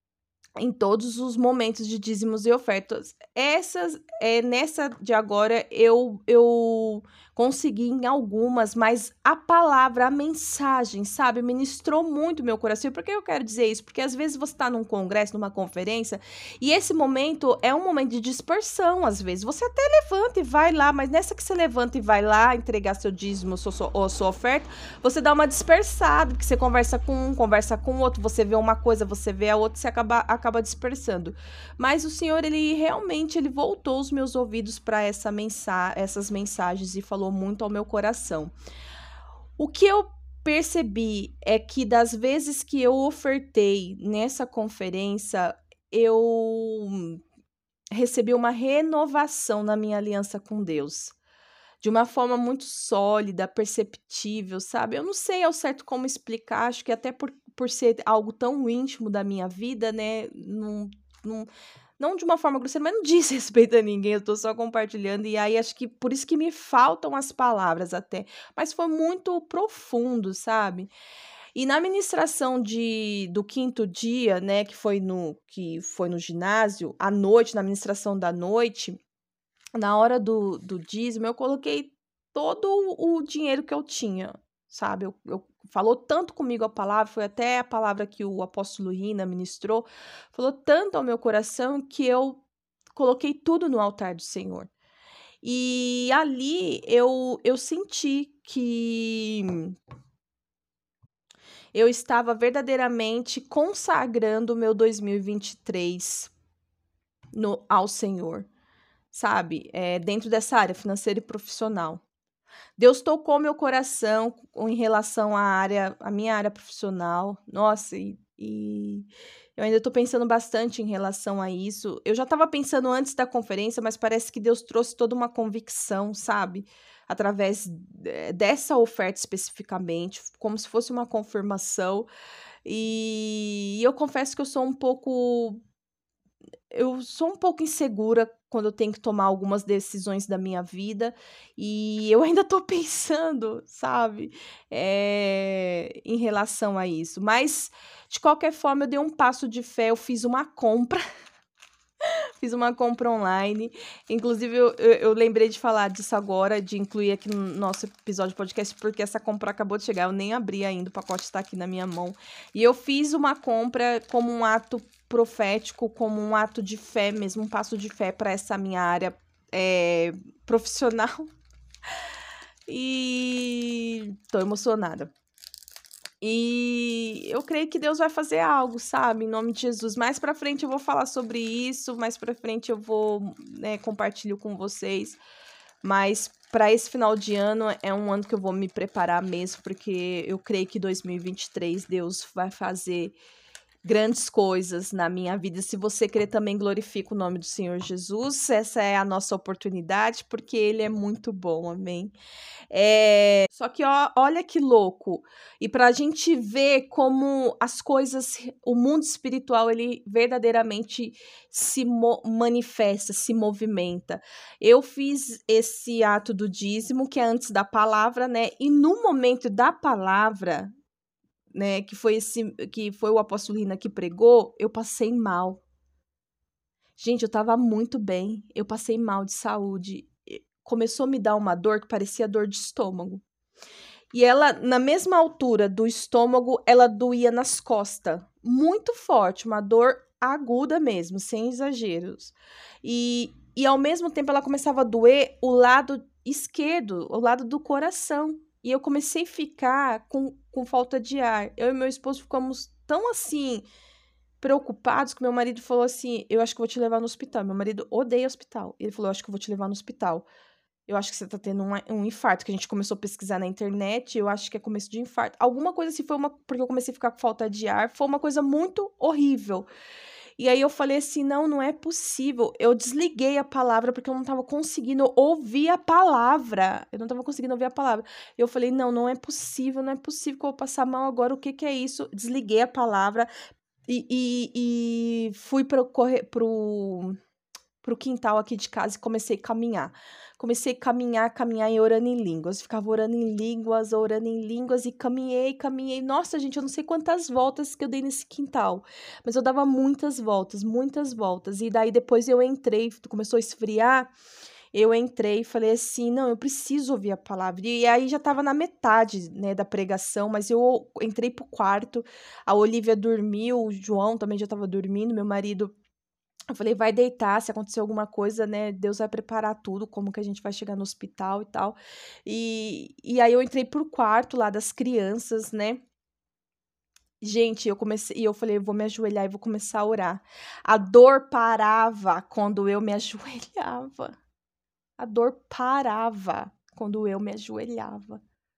em todos os momentos de dízimos e ofertas. Essas, eh, nessa de agora eu eu consegui em algumas, mas a palavra, a mensagem, sabe, ministrou muito meu coração. E por que eu quero dizer isso? Porque às vezes você está num congresso, numa conferência, e esse momento é um momento de dispersão, às vezes. Você até levanta e vai lá, mas nessa que você levanta e vai lá entregar seu dízimo sua sua ou sua oferta, você dá uma dispersada, porque você conversa com um, conversa com o outro, você vê uma coisa, você vê a outra, você acaba acaba dispersando. Mas o Senhor, ele realmente ele voltou os meus ouvidos para essa mensa essas mensagens e falou muito ao meu coração. O que eu percebi é que das vezes que eu ofertei nessa conferência, eu recebi uma renovação na minha aliança com Deus. De uma forma muito sólida, perceptível, sabe? Eu não sei ao certo como explicar, acho que até por, por ser algo tão íntimo da minha vida, né? Não, não, não de uma forma grosseira, mas não diz respeito a ninguém, eu tô só compartilhando, e aí acho que por isso que me faltam as palavras até. Mas foi muito profundo, sabe? E na ministração de, do quinto dia, né, que foi no, que foi no ginásio, à noite, na ministração da noite, na hora do, do dízimo, eu coloquei todo o dinheiro que eu tinha, sabe? Eu, eu- falou tanto comigo a palavra, foi até a palavra que o apóstolo Rina ministrou, falou tanto ao meu coração que eu coloquei tudo no altar do Senhor. E ali eu, eu senti que eu estava verdadeiramente consagrando o meu dois mil e vinte e três no, ao Senhor, sabe? É, dentro dessa área financeira e profissional. Deus tocou meu coração em relação à área, à minha área profissional. Nossa, e, e eu ainda estou pensando bastante em relação a isso. Eu já estava pensando antes da conferência, mas parece que Deus trouxe toda uma convicção, sabe? Através eh, dessa oferta especificamente, como se fosse uma confirmação. E eu confesso que eu sou um pouco eu sou um pouco insegura quando eu tenho que tomar algumas decisões da minha vida, e eu ainda tô pensando, sabe, eh, em relação a isso. Mas, de qualquer forma, eu dei um passo de fé, eu fiz uma compra, fiz uma compra online. Inclusive, eu, eu, eu lembrei de falar disso agora, de incluir aqui no nosso episódio de podcast, porque essa compra acabou de chegar, eu nem abri ainda, o pacote está aqui na minha mão. E eu fiz uma compra como um ato profético, como um ato de fé mesmo, um passo de fé para essa minha área é, profissional. E tô emocionada. E eu creio que Deus vai fazer algo, sabe? Em nome de Jesus. Mais pra frente eu vou falar sobre isso, mais pra frente eu vou, né, compartilho com vocês. Mas para esse final de ano é um ano que eu vou me preparar mesmo, porque eu creio que dois mil e vinte e três Deus vai fazer grandes coisas na minha vida. Se você crer, também glorifica o nome do Senhor Jesus. Essa é a nossa oportunidade, porque Ele é muito bom, amém? É... Só que ó, olha que louco. E para a gente ver como as coisas, o mundo espiritual, ele verdadeiramente se mo- manifesta, se movimenta. Eu fiz esse ato do dízimo, que é antes da palavra, né? E no momento da palavra, né, que foi esse, que foi o apóstolo Rina que pregou, eu passei mal. Gente, eu tava muito bem. Eu passei mal de saúde. Começou a me dar uma dor que parecia dor de estômago. E ela, na mesma altura do estômago, ela doía nas costas. Muito forte, uma dor aguda mesmo, sem exageros. E, e ao mesmo tempo ela começava a doer o lado esquerdo, o lado do coração. E eu comecei a ficar com, com falta de ar. Eu e meu esposo ficamos tão assim, preocupados, que meu marido falou assim: Eu acho que vou te levar no hospital. Meu marido odeia hospital. Ele falou: Eu acho que eu vou te levar no hospital. Eu acho que você tá tendo um, um infarto, que a gente começou a pesquisar na internet, eu acho que é começo de infarto. Alguma coisa assim, foi uma, porque eu comecei a ficar com falta de ar, foi uma coisa muito horrível. E aí eu falei assim, não, não é possível. Eu desliguei a palavra porque eu não tava conseguindo ouvir a palavra. Eu não tava conseguindo ouvir a palavra. Eu falei, não, não é possível, não é possível que eu vou passar mal agora, o que que é isso? Desliguei a palavra e, e, e fui pro, corre, pro pro quintal aqui de casa e comecei a caminhar. Comecei a caminhar, caminhar e orando em línguas. Ficava orando em línguas, orando em línguas e caminhei, caminhei. Nossa, gente, eu não sei quantas voltas que eu dei nesse quintal, mas eu dava muitas voltas, muitas voltas. E daí depois eu entrei, começou a esfriar. Eu entrei e falei assim, não, eu preciso ouvir a palavra. E aí já estava na metade, né, da pregação, mas eu entrei pro quarto, a Olivia dormiu, o João também já estava dormindo, meu marido. Eu falei, vai deitar, se acontecer alguma coisa, né, Deus vai preparar tudo, como que a gente vai chegar no hospital e tal. E, e aí eu entrei pro quarto lá das crianças, né, gente, eu comecei, e eu falei, eu vou me ajoelhar e vou começar a orar. A dor parava quando eu me ajoelhava. A dor parava quando eu me ajoelhava.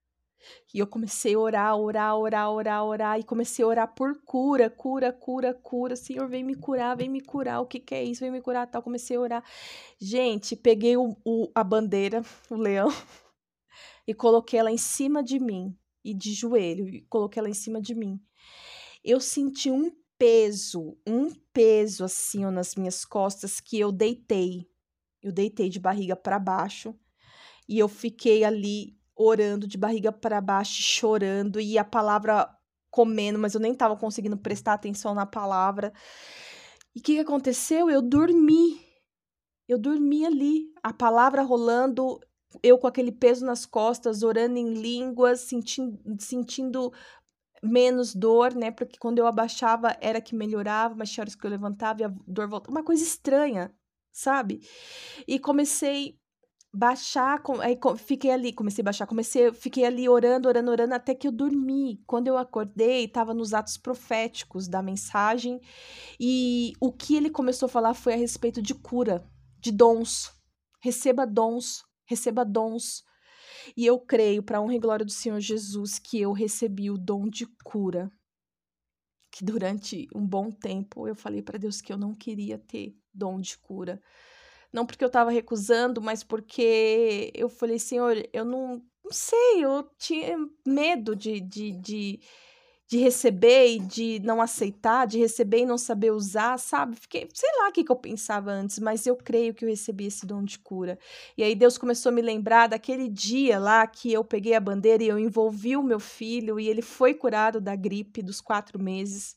E eu comecei a orar, orar, orar, orar, orar, e comecei a orar por cura, cura, cura, cura. Senhor, vem me curar, vem me curar, o que que é isso? Vem me curar, tal. Comecei a orar. Gente, peguei o, o- a bandeira, o leão, e coloquei ela em cima de mim, e de joelho, e coloquei ela em cima de mim. Eu senti um peso, um peso assim, ó, nas minhas costas, que eu deitei. Eu deitei de barriga para baixo. E eu fiquei ali orando de barriga para baixo, chorando, e a palavra comendo, mas eu nem estava conseguindo prestar atenção na palavra. E o que, que aconteceu? Eu dormi. Eu dormi ali, a palavra rolando, eu com aquele peso nas costas, orando em línguas, sentindo, sentindo menos dor, né? Porque quando eu abaixava era que melhorava, mas tinha horas que eu levantava e a dor voltava. Uma coisa estranha, sabe? E comecei baixar, com aí co fiquei ali, comecei a baixar, comecei fiquei ali orando, orando, orando, até que eu dormi. Quando eu acordei, estava nos atos proféticos da mensagem, e o que ele começou a falar foi a respeito de cura, de dons. Receba dons, receba dons. E eu creio, para a honra e glória do Senhor Jesus, que eu recebi o dom de cura. Que durante um bom tempo eu falei para Deus que eu não queria ter dom de cura. Não porque eu estava recusando, mas porque eu falei, Senhor, eu não, não sei, eu tinha medo de, de, de, de receber e de não aceitar, de receber e não saber usar, sabe? Fiquei, sei lá o que, que eu pensava antes, mas eu creio que eu recebi esse dom de cura. E aí Deus começou a me lembrar daquele dia lá que eu peguei a bandeira e eu envolvi o meu filho e ele foi curado da gripe dos quatro meses.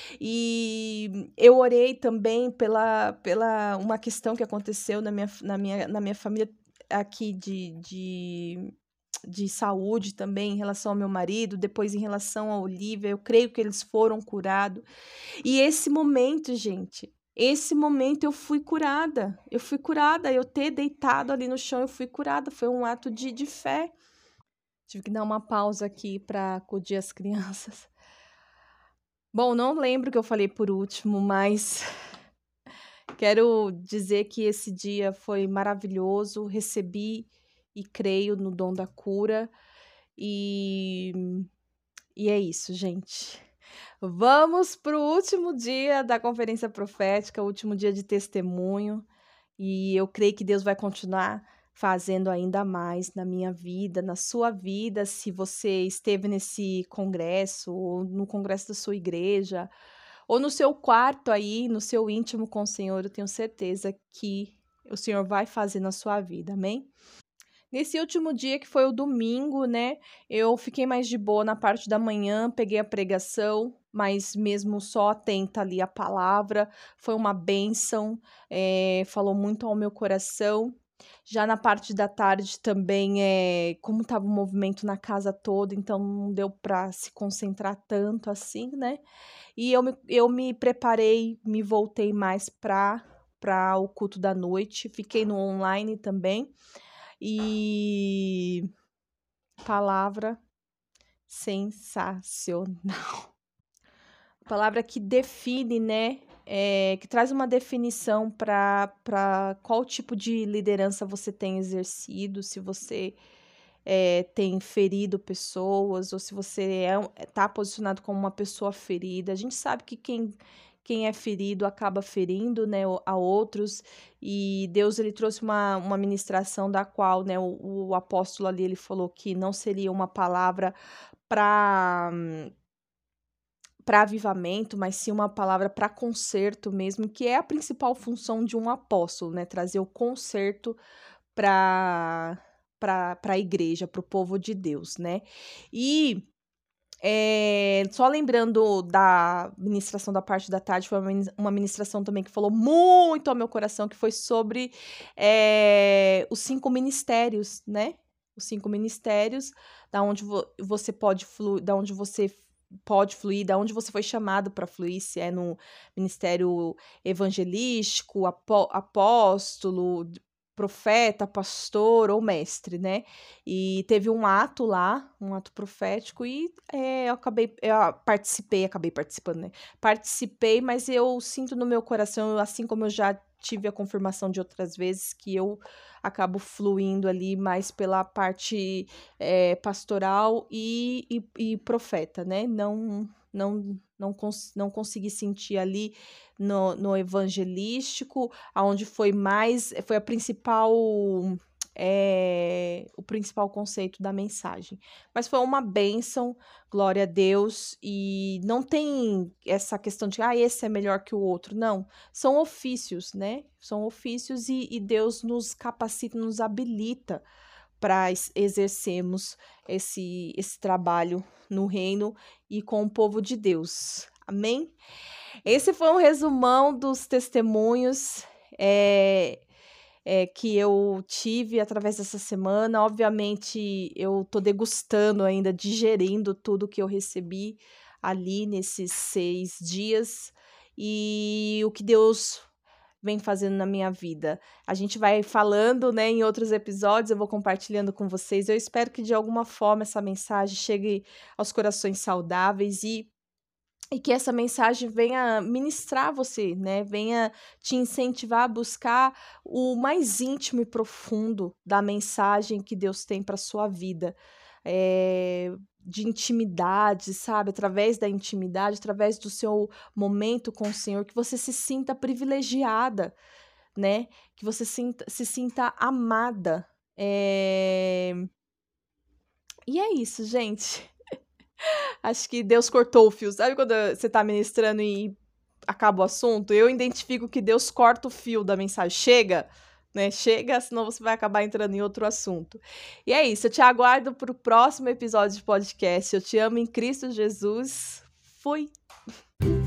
E eu orei também pela, pela uma questão que aconteceu na minha, na minha, na minha família aqui de, de, de saúde também, em relação ao meu marido, depois em relação a Olivia. Eu creio que eles foram curados. E esse momento, gente, esse momento eu fui curada. Eu fui curada. Eu ter deitado ali no chão, eu fui curada. Foi um ato de, de fé. Tive que dar uma pausa aqui para acudir as crianças. Bom, não lembro o que eu falei por último, mas quero dizer que esse dia foi maravilhoso. Recebi e creio no dom da cura. E, e é isso, gente. Vamos para o último dia da conferência profética, o último dia de testemunho. E eu creio que Deus vai continuar fazendo ainda mais na minha vida, na sua vida, se você esteve nesse congresso, ou no congresso da sua igreja, ou no seu quarto aí, no seu íntimo com o Senhor, eu tenho certeza que o Senhor vai fazer na sua vida, amém? Nesse último dia, que foi o domingo, né, eu fiquei mais de boa na parte da manhã, peguei a pregação, mas mesmo só atenta ali à palavra, foi uma bênção, é, falou muito ao meu coração. Já na parte da tarde também, é, como estava o movimento na casa toda, então não deu para se concentrar tanto assim, né? E eu me, eu me preparei, me voltei mais para para o culto da noite, fiquei no online também. E palavra sensacional. Palavra que define, né? É, que traz uma definição para para qual tipo de liderança você tem exercido, se você é, tem ferido pessoas, ou se você é, tá posicionado como uma pessoa ferida. A gente sabe que quem, quem é ferido acaba ferindo, né, a outros, e Deus, ele trouxe uma, uma ministração da qual, né, o, o apóstolo ali, ele falou que não seria uma palavra para para avivamento, mas sim uma palavra para conserto mesmo, que é a principal função de um apóstolo, né, trazer o conserto para para a igreja, para o povo de Deus, né? E é, só lembrando da ministração da parte da tarde, foi uma ministração também que falou muito ao meu coração, que foi sobre é, os cinco ministérios, né? Os cinco ministérios, da onde vo você pode fluir, da onde você pode fluir, da onde você foi chamado para fluir, se é no ministério evangelístico, apó apóstolo, profeta, pastor ou mestre, né? E teve um ato lá, um ato profético, e é, eu acabei, eu participei, acabei participando, né? Participei, mas eu sinto no meu coração, assim como eu já tive a confirmação de outras vezes que eu acabo fluindo ali mais pela parte é, pastoral e, e, e profeta, né? Não, não, não, cons não consegui sentir ali no, no evangelístico, aonde foi mais, foi a principal... É, o principal conceito da mensagem. Mas foi uma bênção, glória a Deus, e não tem essa questão de, ah, esse é melhor que o outro, não. São ofícios, né? São ofícios e, e Deus nos capacita, nos habilita para exercermos esse, esse trabalho no reino e com o povo de Deus. Amém? Esse foi um resumão dos testemunhos, é... É, que eu tive através dessa semana. Obviamente, eu tô degustando ainda, digerindo tudo que eu recebi ali nesses seis dias e o que Deus vem fazendo na minha vida. A gente vai falando, né, em outros episódios, eu vou compartilhando com vocês. Eu espero que de alguma forma essa mensagem chegue aos corações saudáveis e E que essa mensagem venha ministrar você, né? Venha te incentivar a buscar o mais íntimo e profundo da mensagem que Deus tem para sua vida. É, de intimidade, sabe? Através da intimidade, através do seu momento com o Senhor, que você se sinta privilegiada, né? Que você sinta, se sinta amada. É... E é isso, gente. Acho que Deus cortou o fio. Sabe quando você tá ministrando e acaba o assunto? Eu identifico que Deus corta o fio da mensagem. Chega, né? Chega, senão você vai acabar entrando em outro assunto. E é isso. Eu te aguardo pro próximo episódio de podcast. Eu te amo em Cristo Jesus. Fui!